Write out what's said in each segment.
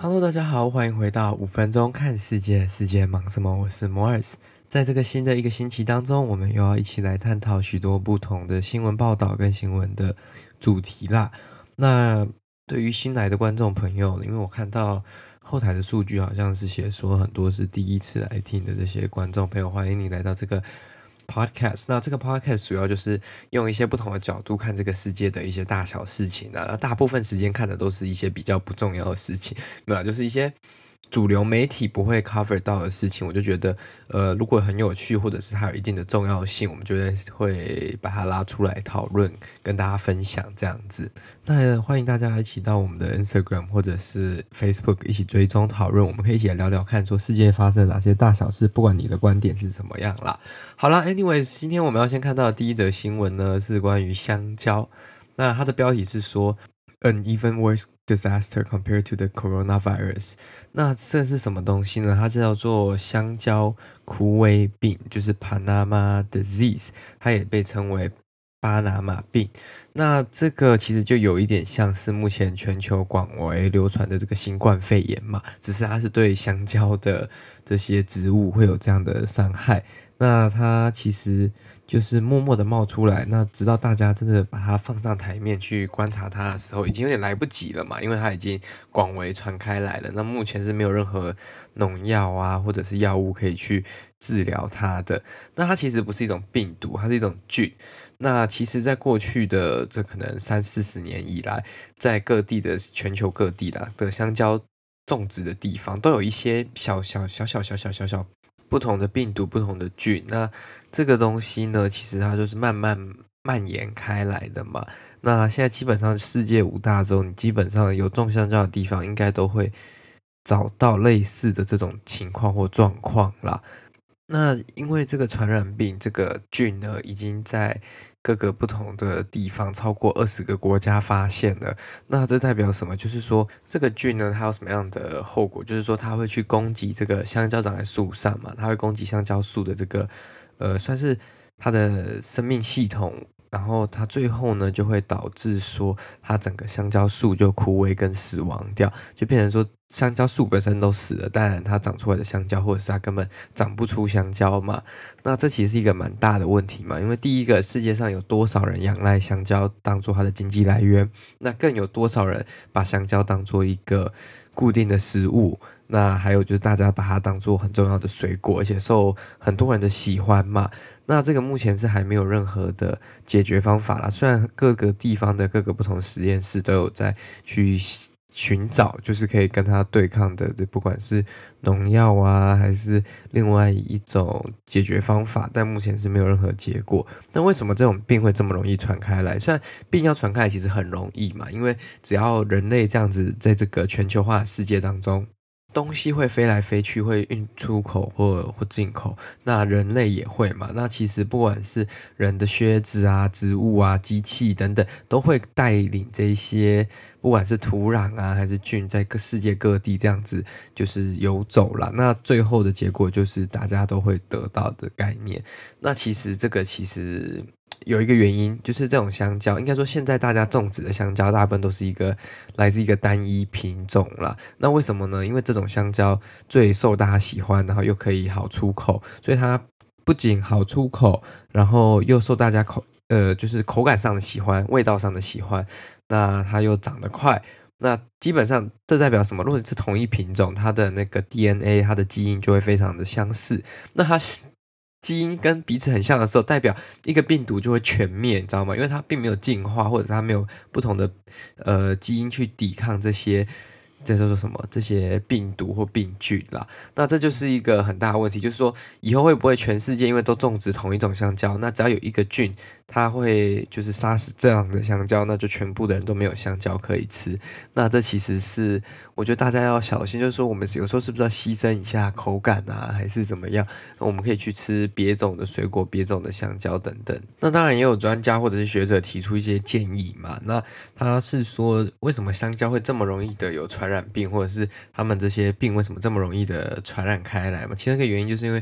Hello，大家好，欢迎回到5分钟看世界，世界忙什么？我是摩尔斯。在这个新的一个星期当中，我们又要一起来探讨许多不同的新闻报道跟新闻的主题啦。那对于新来的观众朋友，因为我看到后台的数据好像是写说很多是第一次来听的这些观众朋友，欢迎你来到这个podcast。那这个 podcast 主要就是用一些不同的角度看这个世界的一些大小事情啊，那大部分时间看的都是一些比较不重要的事情，没有啦，就是一些主流媒体不会 cover 到的事情，我就觉得如果很有趣或者是它有一定的重要性，我们就会把它拉出来讨论，跟大家分享这样子。那欢迎大家一起到我们的 Instagram 或者是 Facebook 一起追踪讨论，我们可以一起来聊聊看，说世界发生哪些大小事，不管你的观点是怎么样啦。好啦 anyways， 今天我们要先看到的第一则新闻呢，是关于香蕉。那它的标题是说 An even worse disaster compared to the coronavirus。那这是什么东西呢？它叫做香蕉枯萎病，就是 Panama disease， 它也被称为巴拿马病。那这个其实就有一点像是目前全球广为流传的这个新冠肺炎嘛，只是它是对香蕉的这些植物会有这样的伤害。那它其实就是默默的冒出来，那直到大家真的把它放上台面去观察它的时候，已经有点来不及了嘛，因为它已经广为传开来了。那目前是没有任何农药啊，或者是药物可以去治疗它的。那它其实不是一种病毒，它是一种菌。那其实，在过去的这可能30-40年以来，在各地的全球各地的香蕉种植的地方，都有一些小不同的病毒、不同的菌。那这个东西呢，其实它就是慢慢蔓延开来的嘛。那现在基本上世界5大洲，你基本上有种香蕉的地方，应该都会找到类似的这种情况或状况啦。那因为这个传染病这个菌呢，已经在各个不同的地方超过20个国家发现了。那这代表什么？就是说这个菌呢，它有什么样的后果？就是说它会去攻击这个香蕉长在树上嘛，它会攻击香蕉树的这个算是它的生命系统。然后它最后呢，就会导致说它整个香蕉树就枯萎跟死亡掉，就变成说香蕉树本身都死了，当然它长出来的香蕉或者是它根本长不出香蕉嘛。那这其实是一个蛮大的问题嘛，因为第一个，世界上有多少人仰赖香蕉当做它的经济来源，那更有多少人把香蕉当做一个固定的食物。那还有就是大家把它当做很重要的水果，而且受很多人的喜欢嘛。那这个目前是还没有任何的解决方法啦，虽然各个地方的各个不同实验室都有在去寻找，就是可以跟它对抗的，不管是农药啊，还是另外一种解决方法，但目前是没有任何结果。那为什么这种病会这么容易传开来？虽然病要传开来其实很容易嘛，因为只要人类这样子在这个全球化的世界当中，东西会飞来飞去，会运出口或进口，那人类也会嘛？那其实不管是人的靴子啊、植物啊、机器等等，都会带领这些，不管是土壤啊还是菌，在世界各地这样子就是游走啦。那最后的结果就是大家都会得到的概念。那其实这个其实有一个原因，就是这种香蕉，应该说现在大家种植的香蕉，大部分都是来自一个单一品种啦。那为什么呢？因为这种香蕉最受大家喜欢，然后又可以好出口，所以它不仅好出口，然后又受大家就是口感上的喜欢，味道上的喜欢。那它又长得快，那基本上这代表什么？如果是同一品种，它的那个 DNA， 它的基因就会非常的相似。那它基因跟彼此很像的时候，代表一个病毒就会全灭，你知道吗？因为它并没有进化，或者它没有不同的基因去抵抗这些。这叫做什么？这些病毒或病菌啦，那这就是一个很大的问题，就是说以后会不会全世界因为都种植同一种香蕉，那只要有一个菌，它会就是杀死这样的香蕉，那就全部的人都没有香蕉可以吃。那这其实是我觉得大家要小心，就是说我们有时候是不是要牺牲一下口感啊，还是怎么样？我们可以去吃别种的水果、别种的香蕉等等。那当然也有专家或者是学者提出一些建议嘛。那他是说，为什么香蕉会这么容易的有传染病，或者是他们这些病为什么这么容易的传染开来嘛？其中一个原因就是因为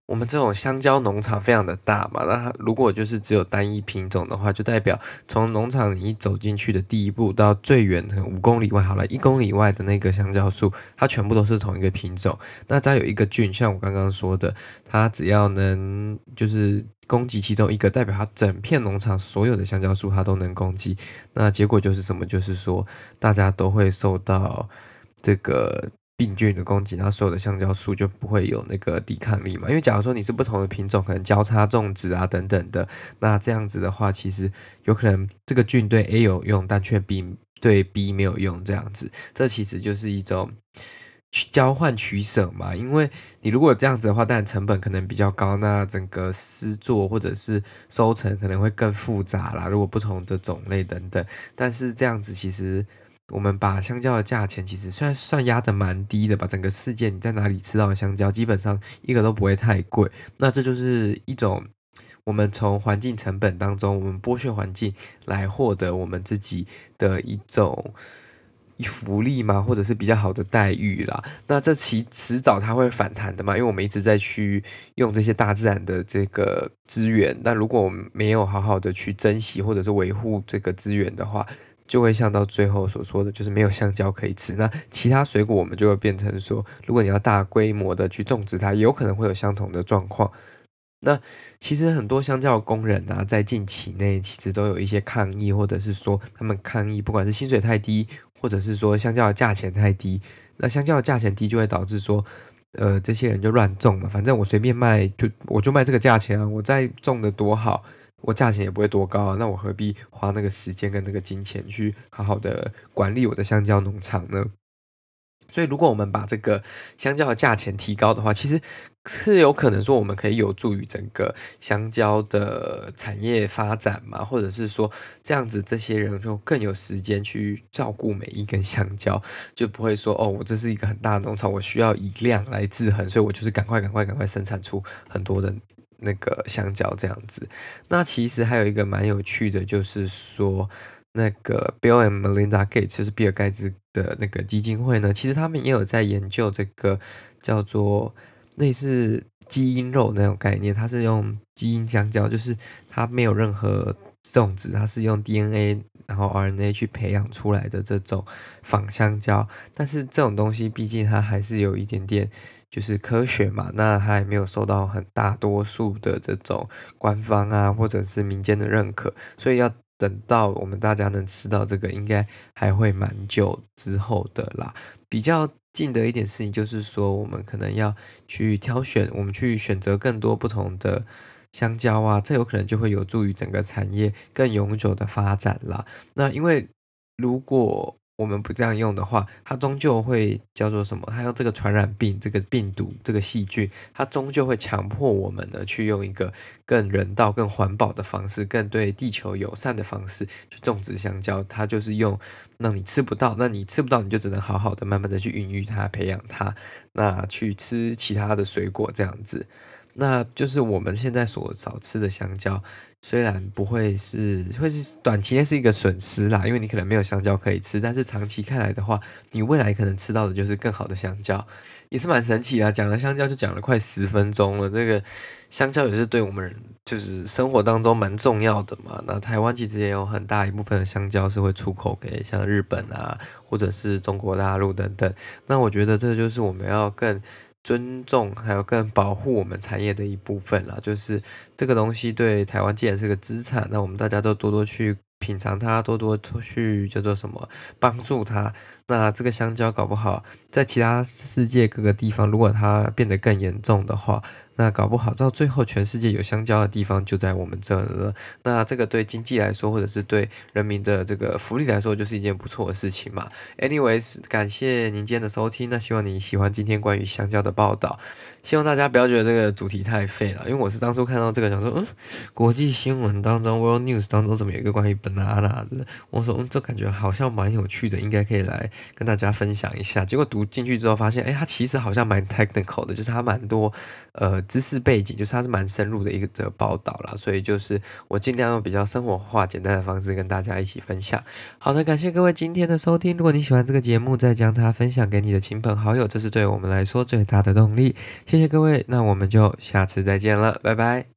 我们这种香蕉农场非常的大嘛，那它如果就是只有单一品种的话，就代表从农场你一走进去的第一步到最远的5公里外，好了1公里外的那个香蕉树，它全部都是同一个品种。那只要有一个菌，像我刚刚说的，它只要能就是攻击其中一个，代表它整片农场所有的香蕉树它都能攻击。那结果就是什么？就是说大家都会受到这个病菌的攻击，然后所有的香蕉树就不会有那个抵抗力嘛。因为假如说你是不同的品种，可能交叉种植啊等等的，那这样子的话，其实有可能这个菌对 A 有用，但却对 B 没有用，这样子，这其实就是一种交换取舍嘛。因为你如果这样子的话，当然成本可能比较高，那整个施作或者是收成可能会更复杂啦。如果不同的种类等等，但是这样子其实我们把香蕉的价钱其实算压得蛮低的吧。整个世界你在哪里吃到的香蕉，基本上一个都不会太贵。那这就是一种我们从环境成本当中，我们剥削环境来获得我们自己的一种福利嘛，或者是比较好的待遇啦。那这迟早它会反弹的嘛，因为我们一直在去用这些大自然的这个资源。那如果我们没有好好的去珍惜或者是维护这个资源的话，就会像到最后所说的，就是没有香蕉可以吃。那其他水果我们就会变成说，如果你要大规模的去种植它，也有可能会有相同的状况。那其实很多香蕉的工人啊，在近期内其实都有一些抗议，或者是说他们抗议，不管是薪水太低，或者是说香蕉的价钱太低。那香蕉的价钱低，就会导致说，这些人就乱种嘛，反正我随便卖，我就卖这个价钱啊，我再种的多好，我价钱也不会多高啊，那我何必花那个时间跟那个金钱去好好的管理我的香蕉农场呢？所以，如果我们把这个香蕉的价钱提高的话，其实是有可能说我们可以有助于整个香蕉的产业发展嘛，或者是说这样子，这些人就更有时间去照顾每一根香蕉，就不会说哦，我这是一个很大的农场，我需要以量来制衡，所以我就是赶快生产出很多的那个香蕉这样子。那其实还有一个蛮有趣的，就是说。那个 Bill and Melinda Gates 就是比尔盖茨的那个基金会呢，其实他们也有在研究这个叫做类似基因肉那种概念，它是用基因香蕉，就是它没有任何种植，它是用 DNA 然后 RNA 去培养出来的这种仿香蕉，但是这种东西毕竟它还是有一点点。就是科学嘛，那它也没有受到很大多数的这种官方啊，或者是民间的认可，所以要等到我们大家能吃到这个，应该还会蛮久之后的啦。比较近的一点事情就是说，我们可能要去挑选，我们去选择更多不同的香蕉啊，这有可能就会有助于整个产业更永久的发展啦。那因为如果我们不这样用的话，它终究会叫做什么？它用这个传染病、这个病毒、这个细菌，它终究会强迫我们呢去用一个更人道、更环保的方式、更对地球友善的方式去种植香蕉。它就是用让你吃不到，那你吃不到，你就只能好好的、慢慢的去孕育它、培养它，那去吃其他的水果这样子。那就是我们现在所少吃的香蕉，虽然不会是短期内是一个损失啦，因为你可能没有香蕉可以吃，但是长期看来的话，你未来可能吃到的就是更好的香蕉，也是蛮神奇的啊。讲了香蕉就讲了快10分钟了，这个香蕉也是对我们就是生活当中蛮重要的嘛。那台湾其实也有很大一部分的香蕉是会出口给像日本啊，或者是中国大陆等等。那我觉得这就是我们要更尊重还有更保护我们产业的一部分啦，就是这个东西对台湾既然是个资产，那我们大家都多多去品尝它，多多去叫做什么帮助它。那这个香蕉搞不好在其他世界各个地方，如果它变得更严重的话，那搞不好到最后全世界有香蕉的地方就在我们这了。那这个对经济来说，或者是对人民的这个福利来说，就是一件不错的事情嘛。Anyways，感谢您今天的收听，那希望你喜欢今天关于香蕉的报道。希望大家不要觉得这个主题太废了，因为我是当初看到这个想说，国际新闻当中 （World News） 当中怎么有一个关于 banana 的？我说，这感觉好像蛮有趣的，应该可以来跟大家分享一下。结果读进去之后发现，它其实好像蛮 technical 的，就是它蛮多知识背景，就是它是蛮深入的一个的报道啦，所以就是我尽量用比较生活化、简单的方式跟大家一起分享。好的，感谢各位今天的收听。如果你喜欢这个节目，再将它分享给你的亲朋好友，这是对我们来说最大的动力。谢谢各位，那我们就下次再见了，拜拜。